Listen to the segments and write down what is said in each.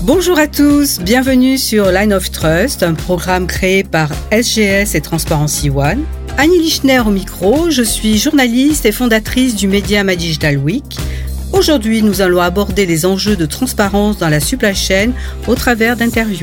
Bonjour à tous, bienvenue sur Line of Trust, un programme créé par SGS et Transparency One. Annie Lichner au micro, je suis journaliste et fondatrice du média My Digital Week. Aujourd'hui, nous allons aborder les enjeux de transparence dans la supply chain au travers d'interviews.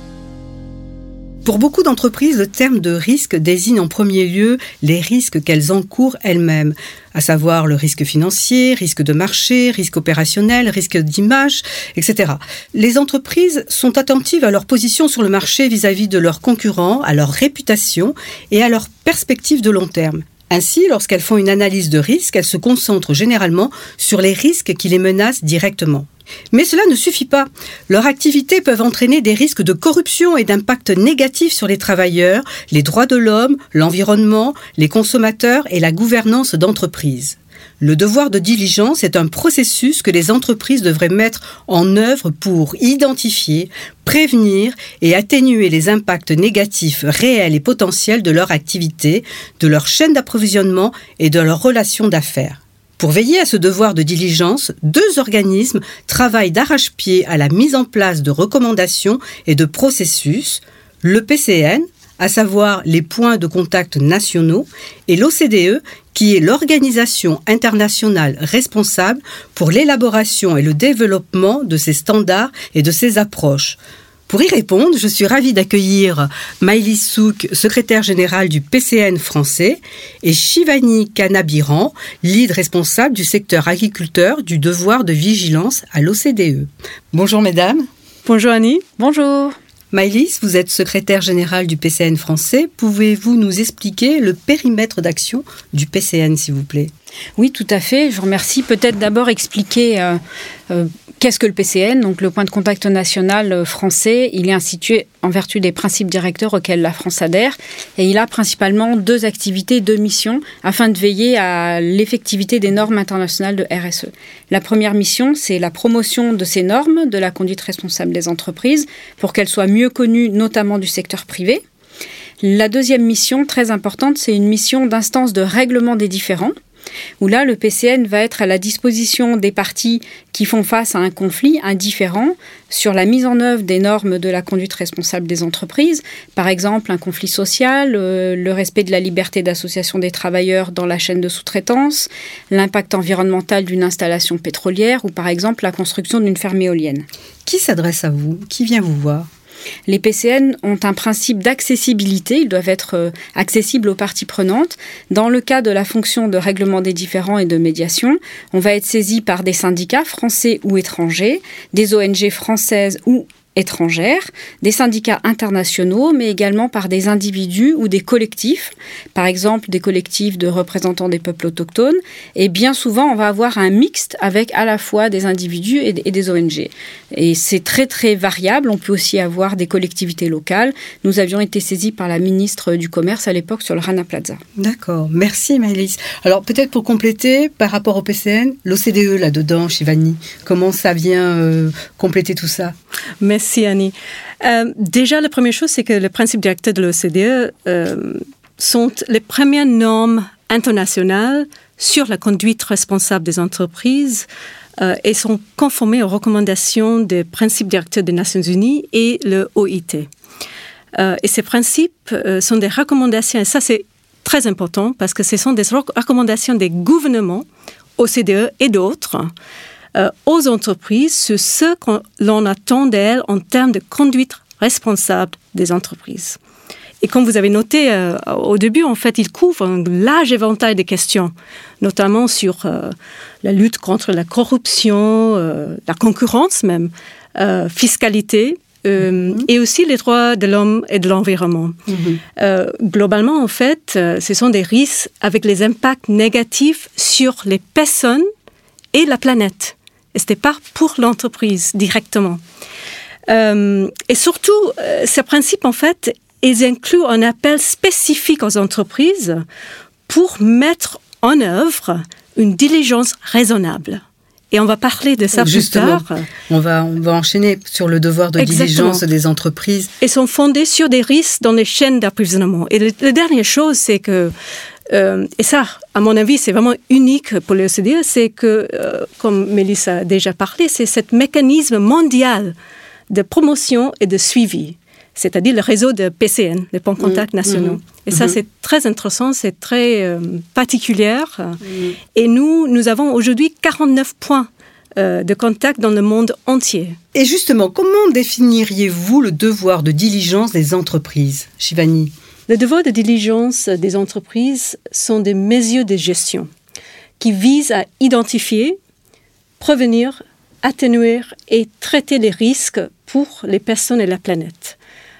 Pour beaucoup d'entreprises, le terme de risque désigne en premier lieu les risques qu'elles encourent elles-mêmes, à savoir le risque financier, risque de marché, risque opérationnel, risque d'image, etc. Les entreprises sont attentives à leur position sur le marché vis-à-vis de leurs concurrents, à leur réputation et à leurs perspectives de long terme. Ainsi, lorsqu'elles font une analyse de risque, elles se concentrent généralement sur les risques qui les menacent directement. Mais cela ne suffit pas. Leurs activités peuvent entraîner des risques de corruption et d'impact négatif sur les travailleurs, les droits de l'homme, l'environnement, les consommateurs et la gouvernance d'entreprise. Le devoir de diligence est un processus que les entreprises devraient mettre en œuvre pour identifier, prévenir et atténuer les impacts négatifs réels et potentiels de leur activité, de leur chaîne d'approvisionnement et de leurs relations d'affaires. Pour veiller à ce devoir de diligence, 2 organismes travaillent d'arrache-pied à la mise en place de recommandations et de processus, le PCN, à savoir les points de contact nationaux, et l'OCDE, qui est l'organisation internationale responsable pour l'élaboration et le développement de ces standards et de ces approches. Pour y répondre, je suis ravie d'accueillir Maëlys Souk, secrétaire générale du PCN français, et Shivani Kanabiran, lead responsable du secteur agriculteur du devoir de vigilance à l'OCDE. Bonjour mesdames. Bonjour Annie. Bonjour. Maëlys, vous êtes secrétaire générale du PCN français. Pouvez-vous nous expliquer le périmètre d'action du PCN, s'il vous plaît ? Oui, tout à fait. Je vous remercie. Peut-être d'abord expliquer qu'est-ce que le PCN, donc le point de contact national français. Il est institué en vertu des principes directeurs auxquels la France adhère. Et il a principalement 2 activités, 2 missions, afin de veiller à l'effectivité des normes internationales de RSE. La première mission, c'est la promotion de ces normes, de la conduite responsable des entreprises, pour qu'elles soient mieux connues, notamment du secteur privé. La deuxième mission, très importante, c'est une mission d'instance de règlement des différends, où là, le PCN va être à la disposition des parties qui font face à un conflit, un différend, sur la mise en œuvre des normes de la conduite responsable des entreprises. Par exemple, un conflit social, le respect de la liberté d'association des travailleurs dans la chaîne de sous-traitance, l'impact environnemental d'une installation pétrolière ou par exemple la construction d'une ferme éolienne. Qui s'adresse à vous ? Qui vient vous voir ? Les PCN ont un principe d'accessibilité, ils doivent être accessibles aux parties prenantes. Dans le cas de la fonction de règlement des différends et de médiation, on va être saisi par des syndicats français ou étrangers, des ONG françaises ou étrangères, des syndicats internationaux, mais également par des individus ou des collectifs, par exemple des collectifs de représentants des peuples autochtones. Et bien souvent, on va avoir un mixte avec à la fois des individus et des ONG. Et c'est très, très variable. On peut aussi avoir des collectivités locales. Nous avions été saisis par la ministre du Commerce à l'époque sur le Rana Plaza. D'accord. Merci Maëlys. Alors peut-être pour compléter, par rapport au PCN, l'OCDE là-dedans, Shivani, comment ça vient compléter tout ça ? Merci Annie. Déjà, la première chose, c'est que les principes directeurs de l'OCDE sont les premières normes internationales sur la conduite responsable des entreprises et sont conformées aux recommandations des principes directeurs des Nations Unies et le OIT. Et ces principes sont des recommandations, et ça c'est très important parce que ce sont des recommandations des gouvernements, OCDE et d'autres, aux entreprises sur ce que l'on attend d'elles en termes de conduite responsable des entreprises. Et comme vous avez noté au début, en fait, il couvre un large éventail de questions, notamment sur la lutte contre la corruption, la concurrence même, fiscalité, et aussi les droits de l'homme et de l'environnement. Globalement, en fait, ce sont des risques avec les impacts négatifs sur les personnes et la planète. Et ce n'est pas pour l'entreprise directement. Et surtout, ces principes, en fait, ils incluent un appel spécifique aux entreprises pour mettre en œuvre une diligence raisonnable. Et on va parler de ça Justement, plus tard. On va enchaîner sur le devoir de diligence des entreprises. Ils sont fondés sur des risques dans les chaînes d'approvisionnement. Et la dernière chose, c'est que, et ça, à mon avis, c'est vraiment unique pour l'OCDE, c'est que, comme Mélissa a déjà parlé, c'est ce mécanisme mondial de promotion et de suivi, c'est-à-dire le réseau de PCN, les points de contact nationaux. Et ça, c'est très intéressant, c'est très particulier. Et nous avons aujourd'hui 49 points de contact dans le monde entier. Et justement, comment définiriez-vous le devoir de diligence des entreprises, Shivani? Le devoir de diligence des entreprises sont des mesures de gestion qui visent à identifier, prévenir, atténuer et traiter les risques pour les personnes et la planète.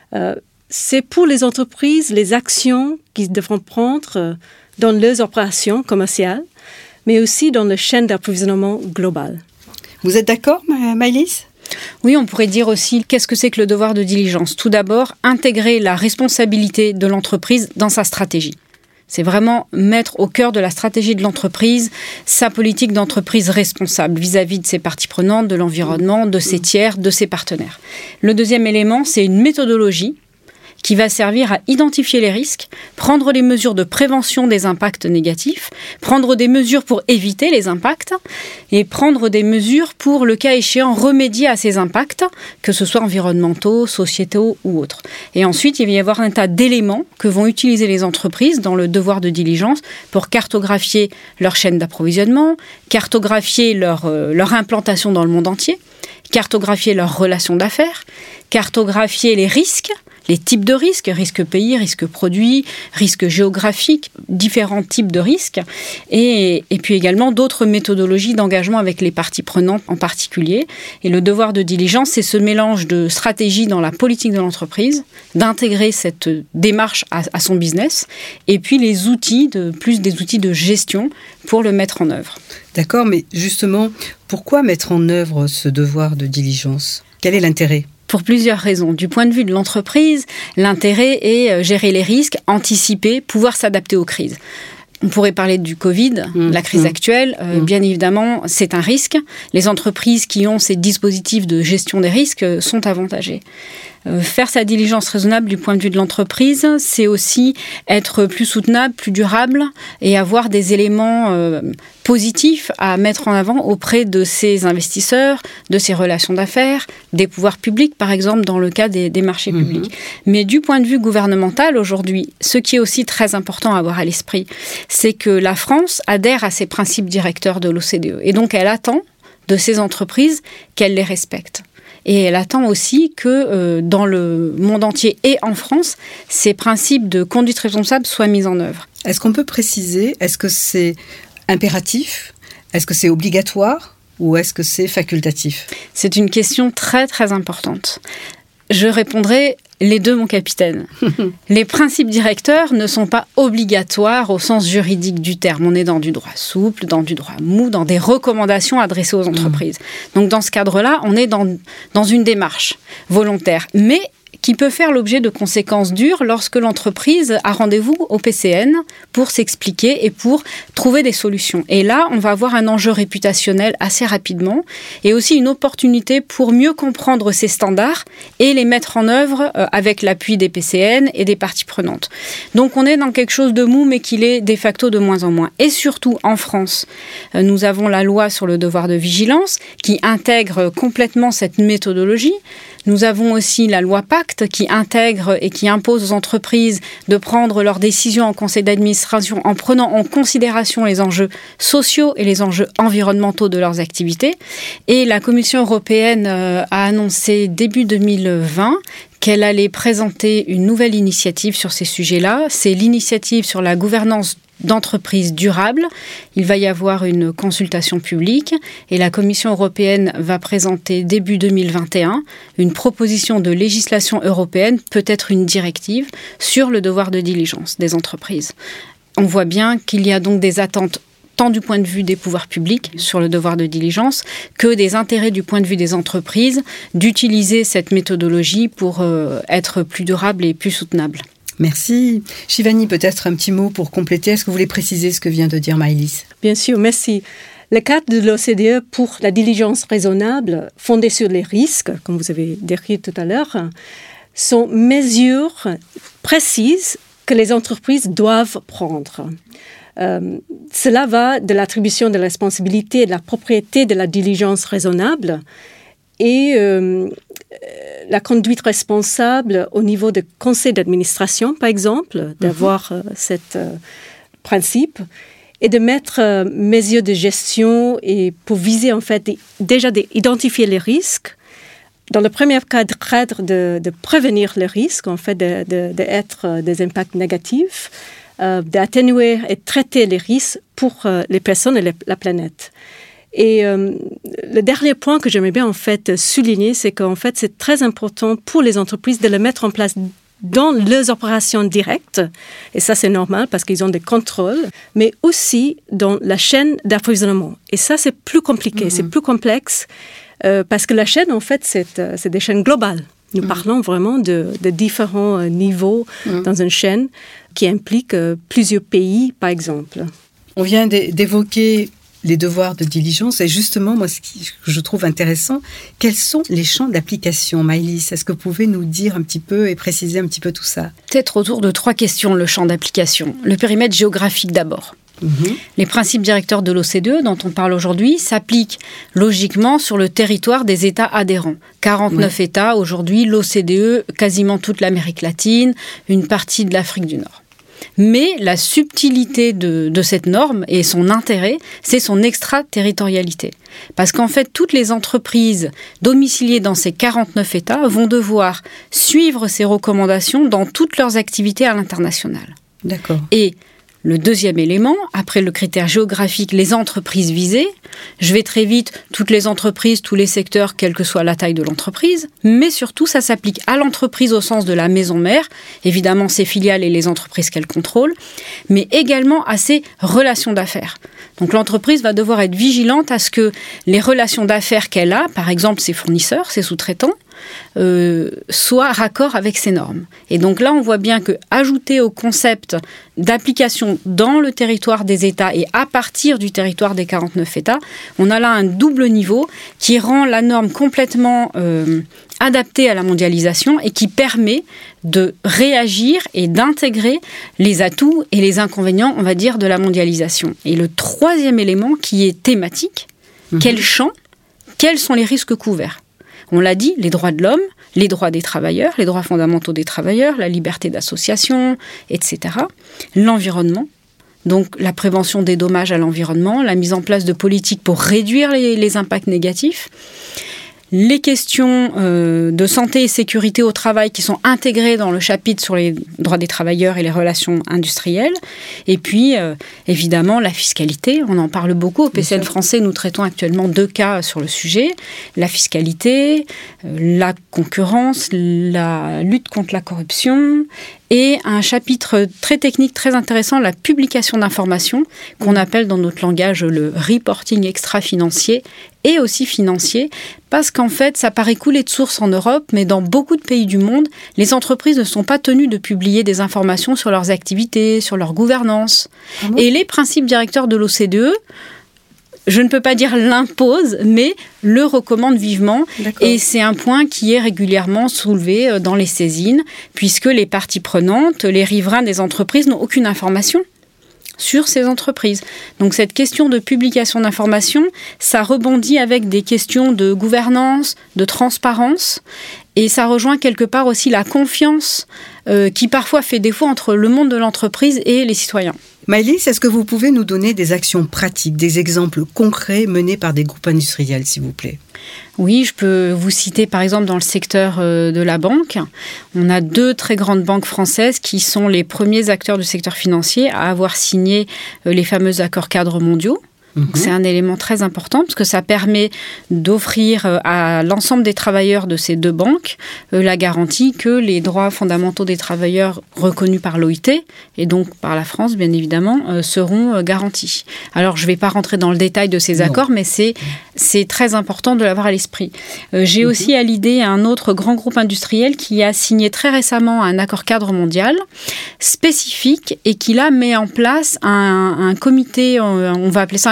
C'est pour les entreprises les actions qu'ils devront prendre dans leurs opérations commerciales, mais aussi dans la chaîne d'approvisionnement globale. Vous êtes d'accord, Maëlys ? Oui, on pourrait dire aussi qu'est-ce que c'est que le devoir de diligence. Tout d'abord, intégrer la responsabilité de l'entreprise dans sa stratégie. C'est vraiment mettre au cœur de la stratégie de l'entreprise sa politique d'entreprise responsable vis-à-vis de ses parties prenantes, de l'environnement, de ses tiers, de ses partenaires. Le deuxième élément, c'est une méthodologie qui va servir à identifier les risques, prendre les mesures de prévention des impacts négatifs, prendre des mesures pour éviter les impacts et prendre des mesures pour, le cas échéant, remédier à ces impacts, que ce soit environnementaux, sociétaux ou autres. Et ensuite, il va y avoir un tas d'éléments que vont utiliser les entreprises dans le devoir de diligence pour cartographier leur chaîne d'approvisionnement, cartographier leur implantation dans le monde entier, cartographier leurs relations d'affaires, cartographier les risques, les types de risques, risques pays, risques produits, risques géographiques, différents types de risques, et puis également d'autres méthodologies d'engagement avec les parties prenantes en particulier. Et le devoir de diligence, c'est ce mélange de stratégie dans la politique de l'entreprise, d'intégrer cette démarche à son business, et puis les outils, des outils de gestion pour le mettre en œuvre. D'accord, mais justement, pourquoi mettre en œuvre ce devoir de diligence ? Quel est l'intérêt ? Pour plusieurs raisons. Du point de vue de l'entreprise, l'intérêt est gérer les risques, anticiper, pouvoir s'adapter aux crises. On pourrait parler du Covid, la crise actuelle. Bien évidemment, c'est un risque. Les entreprises qui ont ces dispositifs de gestion des risques sont avantagées. Faire sa diligence raisonnable du point de vue de l'entreprise, c'est aussi être plus soutenable, plus durable et avoir des éléments positifs à mettre en avant auprès de ses investisseurs, de ses relations d'affaires, des pouvoirs publics, par exemple, dans le cas des marchés publics. Mais du point de vue gouvernemental, aujourd'hui, ce qui est aussi très important à avoir à l'esprit, c'est que la France adhère à ces principes directeurs de l'OCDE. Et donc, elle attend de ces entreprises qu'elles les respectent. Et elle attend aussi que dans le monde entier et en France, ces principes de conduite responsable soient mis en œuvre. Est-ce qu'on peut préciser, est-ce que c'est impératif ? Est-ce que c'est obligatoire ? Ou est-ce que c'est facultatif ? C'est une question très très importante. Je répondrai les deux, mon capitaine. Les principes directeurs ne sont pas obligatoires au sens juridique du terme. On est dans du droit souple, dans du droit mou, dans des recommandations adressées aux entreprises. Donc dans ce cadre-là, on est dans une démarche volontaire, mais qui peut faire l'objet de conséquences dures lorsque l'entreprise a rendez-vous au PCN pour s'expliquer et pour trouver des solutions. Et là, on va avoir un enjeu réputationnel assez rapidement et aussi une opportunité pour mieux comprendre ces standards et les mettre en œuvre avec l'appui des PCN et des parties prenantes. Donc on est dans quelque chose de mou, mais qui l'est de facto de moins en moins. Et surtout, en France, nous avons la loi sur le devoir de vigilance qui intègre complètement cette méthodologie. Nous avons aussi la loi Pacte qui intègre et qui impose aux entreprises de prendre leurs décisions en conseil d'administration en prenant en considération les enjeux sociaux et les enjeux environnementaux de leurs activités. Et la Commission européenne a annoncé début 2020 qu'elle allait présenter une nouvelle initiative sur ces sujets-là. C'est l'initiative sur la gouvernance d'entreprises durables. Il va y avoir une consultation publique et la Commission européenne va présenter début 2021 une proposition de législation européenne, peut-être une directive, sur le devoir de diligence des entreprises. On voit bien qu'il y a donc des attentes tant du point de vue des pouvoirs publics sur le devoir de diligence que des intérêts du point de vue des entreprises d'utiliser cette méthodologie pour être plus durable et plus soutenable. Merci. Shivani, peut-être un petit mot pour compléter. Est-ce que vous voulez préciser ce que vient de dire Maëlys ? Bien sûr, merci. Le cadre de l'OCDE pour la diligence raisonnable, fondée sur les risques, comme vous avez décrit tout à l'heure, sont mesures précises que les entreprises doivent prendre. Cela va de l'attribution de la responsabilité et de la propriété de la diligence raisonnable et la conduite responsable au niveau du conseil d'administration, par exemple, d'avoir ce principe et de mettre mesures de gestion et pour viser en fait déjà d'identifier les risques. Dans le premier cadre de prévenir les risques, en fait, d'être des impacts négatifs, d'atténuer et traiter les risques pour les personnes et la planète. Et le dernier point que j'aimerais bien en fait souligner, c'est qu'en fait c'est très important pour les entreprises de le mettre en place dans leurs opérations directes, et ça c'est normal parce qu'ils ont des contrôles, mais aussi dans la chaîne d'approvisionnement. Et ça c'est plus compliqué, c'est plus complexe, parce que la chaîne en fait c'est des chaînes globales. Nous parlons vraiment de différents niveaux dans une chaîne qui implique plusieurs pays par exemple. On vient d'évoquer les devoirs de diligence. Et justement, moi, ce que je trouve intéressant, quels sont les champs d'application, Maëlys? Est-ce que vous pouvez nous dire un petit peu et préciser un petit peu tout ça? Peut-être autour de 3 questions, le champ d'application. Le périmètre géographique d'abord. Les principes directeurs de l'OCDE dont on parle aujourd'hui s'appliquent logiquement sur le territoire des États adhérents. 49 États aujourd'hui, l'OCDE, quasiment toute l'Amérique latine, une partie de l'Afrique du Nord. Mais la subtilité de cette norme et son intérêt, c'est son extraterritorialité. Parce qu'en fait, toutes les entreprises domiciliées dans ces 49 États vont devoir suivre ces recommandations dans toutes leurs activités à l'international. D'accord. Et le deuxième élément, après le critère géographique, les entreprises visées, je vais très vite, toutes les entreprises, tous les secteurs, quelle que soit la taille de l'entreprise, mais surtout ça s'applique à l'entreprise au sens de la maison mère, évidemment ses filiales et les entreprises qu'elle contrôle, mais également à ses relations d'affaires. Donc l'entreprise va devoir être vigilante à ce que les relations d'affaires qu'elle a, par exemple ses fournisseurs, ses sous-traitants, soit raccord avec ces normes. Et donc là, on voit bien que ajouter au concept d'application dans le territoire des États et à partir du territoire des 49 États, on a là un double niveau qui rend la norme complètement adaptée à la mondialisation et qui permet de réagir et d'intégrer les atouts et les inconvénients, on va dire, de la mondialisation. Et le troisième élément qui est thématique, quel champ, quels sont les risques couverts? On l'a dit, les droits de l'homme, les droits des travailleurs, les droits fondamentaux des travailleurs, la liberté d'association, etc. L'environnement, donc la prévention des dommages à l'environnement, la mise en place de politiques pour réduire les impacts négatifs, les questions de santé et sécurité au travail qui sont intégrées dans le chapitre sur les droits des travailleurs et les relations industrielles. Et puis, évidemment, la fiscalité. On en parle beaucoup. Au PCN français, nous traitons actuellement 2 cas sur le sujet. La fiscalité, la concurrence, la lutte contre la corruption et un chapitre très technique, très intéressant, la publication d'informations, qu'on appelle dans notre langage le reporting extra-financier et aussi financier, parce qu'en fait, ça paraît couler de source en Europe, mais dans beaucoup de pays du monde, les entreprises ne sont pas tenues de publier des informations sur leurs activités, sur leur gouvernance. Et les principes directeurs de l'OCDE, je ne peux pas dire l'imposent, mais le recommandent vivement. D'accord. Et c'est un point qui est régulièrement soulevé dans les saisines, puisque les parties prenantes, les riverains des entreprises n'ont aucune information sur ces entreprises. Donc cette question de publication d'informations, ça rebondit avec des questions de gouvernance, de transparence, et ça rejoint quelque part aussi la confiance qui parfois fait défaut entre le monde de l'entreprise et les citoyens. Maëlys, est-ce que vous pouvez nous donner des actions pratiques, des exemples concrets menés par des groupes industriels, s'il vous plaît? Oui, je peux vous citer par exemple dans le secteur de la banque. On a 2 très grandes banques françaises qui sont les premiers acteurs du secteur financier à avoir signé les fameux accords cadres mondiaux. Donc c'est un élément très important parce que ça permet d'offrir à l'ensemble des travailleurs de ces 2 banques la garantie que les droits fondamentaux des travailleurs reconnus par l'OIT et donc par la France, bien évidemment, seront garantis. Alors, je ne vais pas rentrer dans le détail de ces accords, mais c'est très important de l'avoir à l'esprit. J'ai aussi à l'idée un autre grand groupe industriel qui a signé très récemment un accord cadre mondial spécifique et qui là met en place un comité, on va appeler ça un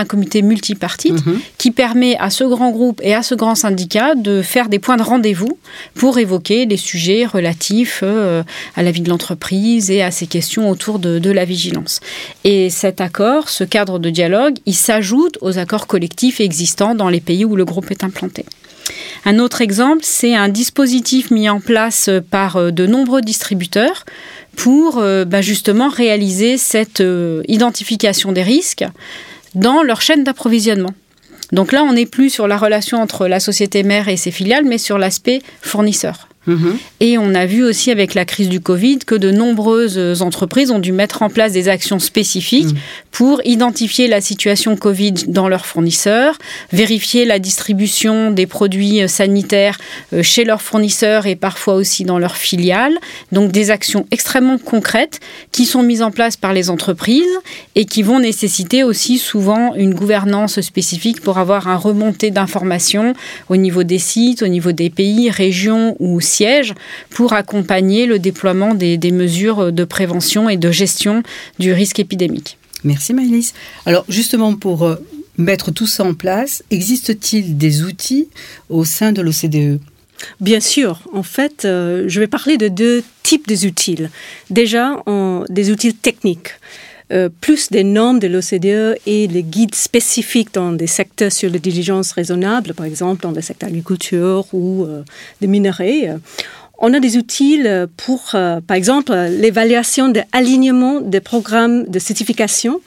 comité multipartite qui permet à ce grand groupe et à ce grand syndicat de faire des points de rendez-vous pour évoquer les sujets relatifs à la vie de l'entreprise et à ces questions autour de la vigilance. Et cet accord, ce cadre de dialogue, il s'ajoute aux accords collectifs existants dans les pays où le groupe est implanté. Un autre exemple, c'est un dispositif mis en place par de nombreux distributeurs pour justement réaliser cette identification des risques dans leur chaîne d'approvisionnement. Donc là, on n'est plus sur la relation entre la société mère et ses filiales, mais sur l'aspect fournisseur. Et on a vu aussi avec la crise du Covid que de nombreuses entreprises ont dû mettre en place des actions spécifiques pour identifier la situation Covid dans leurs fournisseurs, vérifier la distribution des produits sanitaires chez leurs fournisseurs et parfois aussi dans leurs filiales. Donc des actions extrêmement concrètes qui sont mises en place par les entreprises et qui vont nécessiter aussi souvent une gouvernance spécifique pour avoir un remontée d'informations au niveau des sites, au niveau des pays, régions ou sièges pour accompagner le déploiement des mesures de prévention et de gestion du risque épidémique. Merci Maëlys. Alors justement pour mettre tout ça en place, existe-t-il des outils au sein de l'OCDE ? Bien sûr. En fait, je vais parler de deux types d'outils. Déjà, des outils techniques. Plus des normes de l'OCDE et les guides spécifiques dans des secteurs sur les diligences raisonnables, par exemple dans le secteur agriculture ou des minerais. On a des outils pour, par exemple, l'évaluation de l'alignement des programmes de certification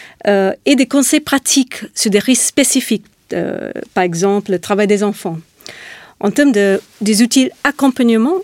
et des conseils pratiques sur des risques spécifiques, par exemple le travail des enfants. En termes des outils accompagnement,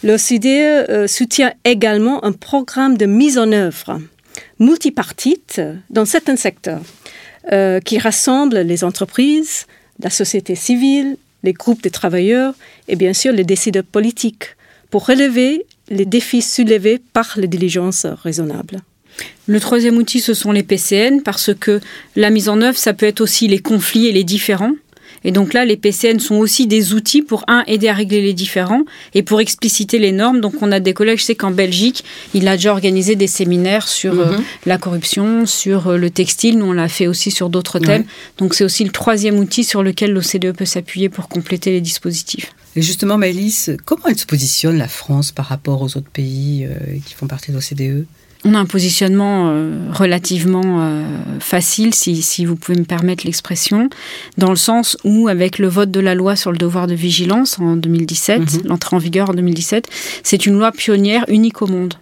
l'OCDE soutient également un programme de mise en œuvre multipartite dans certains secteurs qui rassemble les entreprises, la société civile, les groupes de travailleurs et bien sûr les décideurs politiques pour relever les défis soulevés par les diligences raisonnables. Le troisième outil, ce sont les PCN parce que la mise en œuvre, ça peut être aussi les conflits et les différends. Et donc là, les PCN sont aussi des outils pour, aider à régler les différends et pour expliciter les normes. Donc on a des collègues, je sais qu'en Belgique, il a déjà organisé des séminaires sur la corruption, sur le textile. Nous, on l'a fait aussi sur d'autres thèmes. Donc c'est aussi le troisième outil sur lequel l'OCDE peut s'appuyer pour compléter les dispositifs. Et justement, Maëlys, comment elle se positionne, la France, par rapport aux autres pays qui font partie de l'OCDE ? On a un positionnement relativement facile, si vous pouvez me permettre l'expression, dans le sens où, avec le vote de la loi sur le devoir de vigilance en 2017, l'entrée en vigueur en 2017, c'est une loi pionnière unique au monde.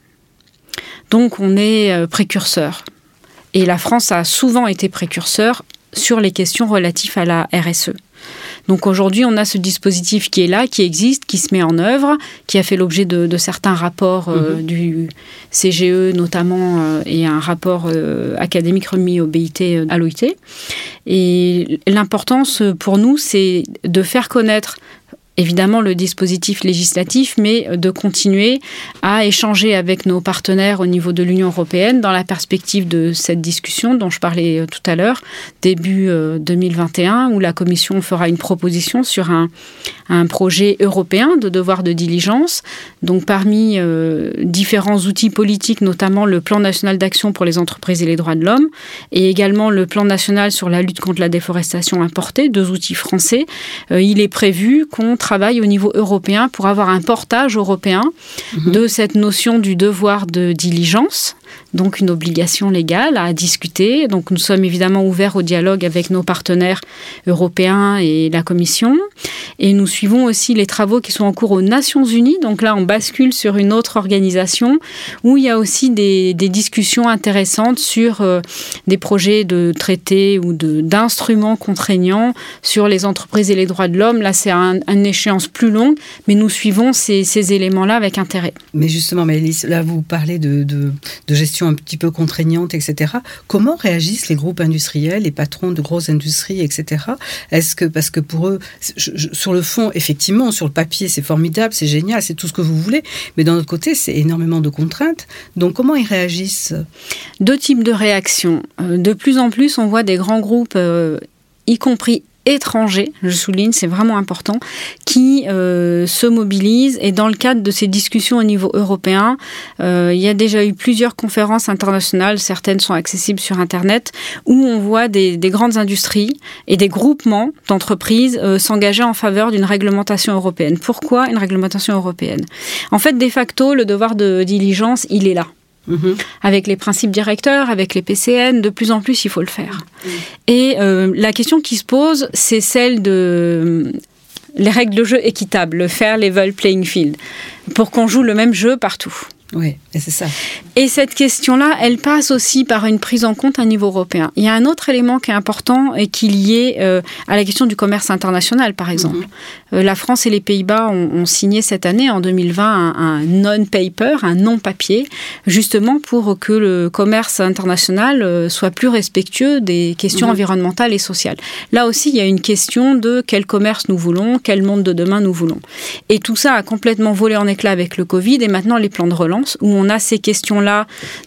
Donc on est précurseur. Et la France a souvent été précurseur sur les questions relatives à la RSE. Donc aujourd'hui, on a ce dispositif qui est là, qui existe, qui se met en œuvre, qui a fait l'objet de certains rapports du CGE notamment et un rapport académique remis au BIT à l'OIT. Et l'importance pour nous, c'est de faire connaître évidemment le dispositif législatif, mais de continuer à échanger avec nos partenaires au niveau de l'Union européenne dans la perspective de cette discussion dont je parlais tout à l'heure, début 2021, où la Commission fera une proposition sur un projet européen de devoir de diligence. Donc parmi différents outils politiques, notamment le plan national d'action pour les entreprises et les droits de l'homme, et également le plan national sur la lutte contre la déforestation importée, 2 outils français, il est prévu qu'on travaille au niveau européen pour avoir un portage européen de cette notion du devoir de diligence, donc une obligation légale à discuter. Donc nous sommes évidemment ouverts au dialogue avec nos partenaires européens et la Commission. Et nous suivons aussi les travaux qui sont en cours aux Nations Unies. Donc là, on bascule sur une autre organisation où il y a aussi des discussions intéressantes sur des projets de traités ou d'instruments contraignants sur les entreprises et les droits de l'homme. Là, c'est une échéance plus longue, mais nous suivons ces éléments-là avec intérêt. Mais justement, Maëlys, là, vous parlez de gestion un petit peu contraignante, etc. Comment réagissent les groupes industriels, les patrons de grosses industries, etc. Parce que pour eux, sur le fond, effectivement, sur le papier, c'est formidable, c'est génial, c'est tout ce que vous voulez, mais d'un autre côté, c'est énormément de contraintes. Donc, comment ils réagissent ? 2 types de réactions. De plus en plus, on voit des grands groupes, y compris étrangers, je souligne, c'est vraiment important, qui se mobilisent. Et dans le cadre de ces discussions au niveau européen, il y a déjà eu plusieurs conférences internationales, certaines sont accessibles sur Internet, où on voit des grandes industries et des groupements d'entreprises s'engager en faveur d'une réglementation européenne. Pourquoi une réglementation européenne ? En fait, de facto, le devoir de diligence, il est là. Avec les principes directeurs, avec les PCN, de plus en plus, il faut le faire. Et la question qui se pose, c'est celle de les règles de jeu équitables, le fair level playing field, pour qu'on joue le même jeu partout. Oui, et c'est ça. Et cette question-là, elle passe aussi par une prise en compte à niveau européen. Il y a un autre élément qui est important et qui est lié à la question du commerce international, par exemple. La France et les Pays-Bas ont signé cette année, en 2020, un non-paper, un non-papier, justement pour que le commerce international soit plus respectueux des questions environnementales et sociales. Là aussi, il y a une question de quel commerce nous voulons, quel monde de demain nous voulons. Et tout ça a complètement volé en éclats avec le Covid et maintenant les plans de relance, où on a ces questions-là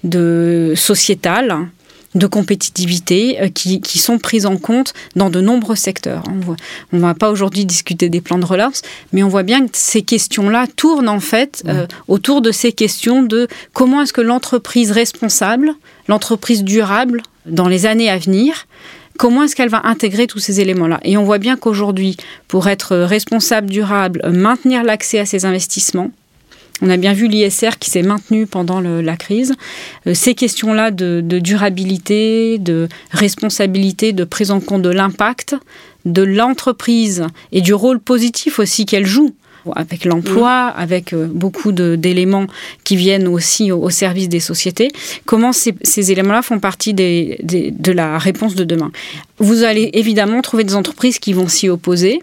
de sociétales, de compétitivité qui sont prises en compte dans de nombreux secteurs. On ne va pas aujourd'hui discuter des plans de relance, mais on voit bien que ces questions-là tournent en fait autour de ces questions de comment est-ce que l'entreprise responsable, l'entreprise durable, dans les années à venir, comment est-ce qu'elle va intégrer tous ces éléments-là ? Et on voit bien qu'aujourd'hui, pour être responsable, durable, maintenir l'accès à ces investissements, on a bien vu l'ISR qui s'est maintenu pendant la crise. Ces questions-là de durabilité, de responsabilité, de prise en compte de l'impact de l'entreprise et du rôle positif aussi qu'elle joue avec l'emploi, avec beaucoup d'éléments qui viennent aussi au service des sociétés. Comment ces éléments-là font partie de la réponse de demain ? Vous allez évidemment trouver des entreprises qui vont s'y opposer.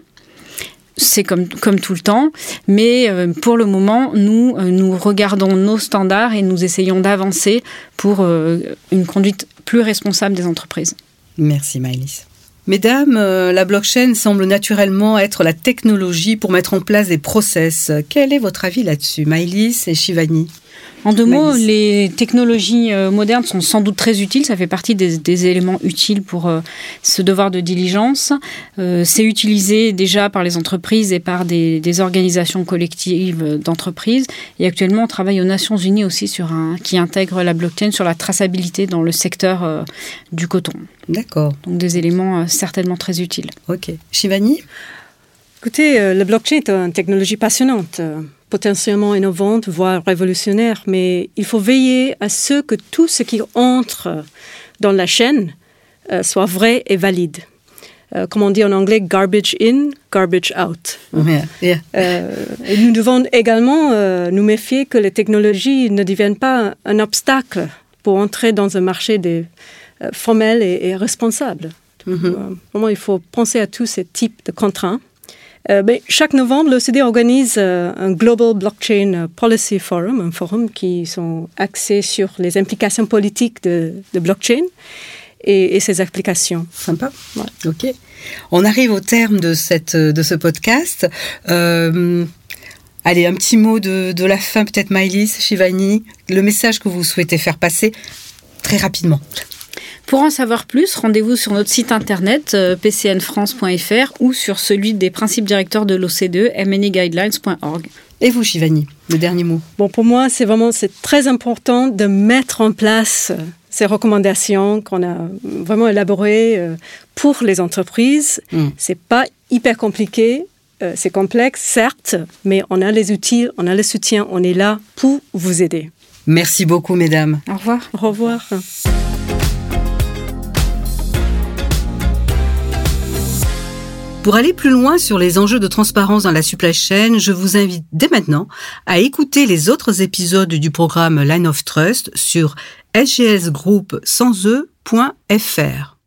C'est comme tout le temps, mais pour le moment, nous regardons nos standards et nous essayons d'avancer pour une conduite plus responsable des entreprises. Merci Maëlys. Mesdames, la blockchain semble naturellement être la technologie pour mettre en place des process. Quel est votre avis là-dessus, Maëlys et Shivani ? En deux mots, les technologies modernes sont sans doute très utiles. Ça fait partie des éléments utiles pour ce devoir de diligence. C'est utilisé déjà par les entreprises et par des organisations collectives d'entreprises. Et actuellement, on travaille aux Nations Unies aussi qui intègre la blockchain sur la traçabilité dans le secteur du coton. D'accord. Donc des éléments certainement très utiles. Ok. Shivani ? Écoutez, la blockchain est une technologie passionnante, potentiellement innovante, voire révolutionnaire, mais il faut veiller à ce que tout ce qui entre dans la chaîne soit vrai et valide. Comme on dit en anglais, garbage in, garbage out. Yeah. Et nous devons également nous méfier que les technologies ne deviennent pas un obstacle pour entrer dans un marché formel et responsable. Vraiment, il faut penser à tous ces types de contraintes. Chaque novembre, l'OCDE organise un Global Blockchain Policy Forum, un forum qui sont axés sur les implications politiques de blockchain et ses applications. Sympa. Ouais. Ok. On arrive au terme de ce podcast. Allez, un petit mot de la fin, peut-être Maëlys, Shivani, le message que vous souhaitez faire passer très rapidement. Pour en savoir plus, rendez-vous sur notre site internet pcnfrance.fr ou sur celui des principes directeurs de l'OCDE, mneguidelines.org. Et vous, Shivani, le dernier mot ? Bon, pour moi, c'est très important de mettre en place ces recommandations qu'on a vraiment élaborées pour les entreprises. C'est pas hyper compliqué, c'est complexe, certes, mais on a les outils, on a le soutien, on est là pour vous aider. Merci beaucoup, mesdames. Au revoir. Au revoir. Pour aller plus loin sur les enjeux de transparence dans la supply chain, je vous invite dès maintenant à écouter les autres épisodes du programme Line of Trust sur sgsgroup.fr.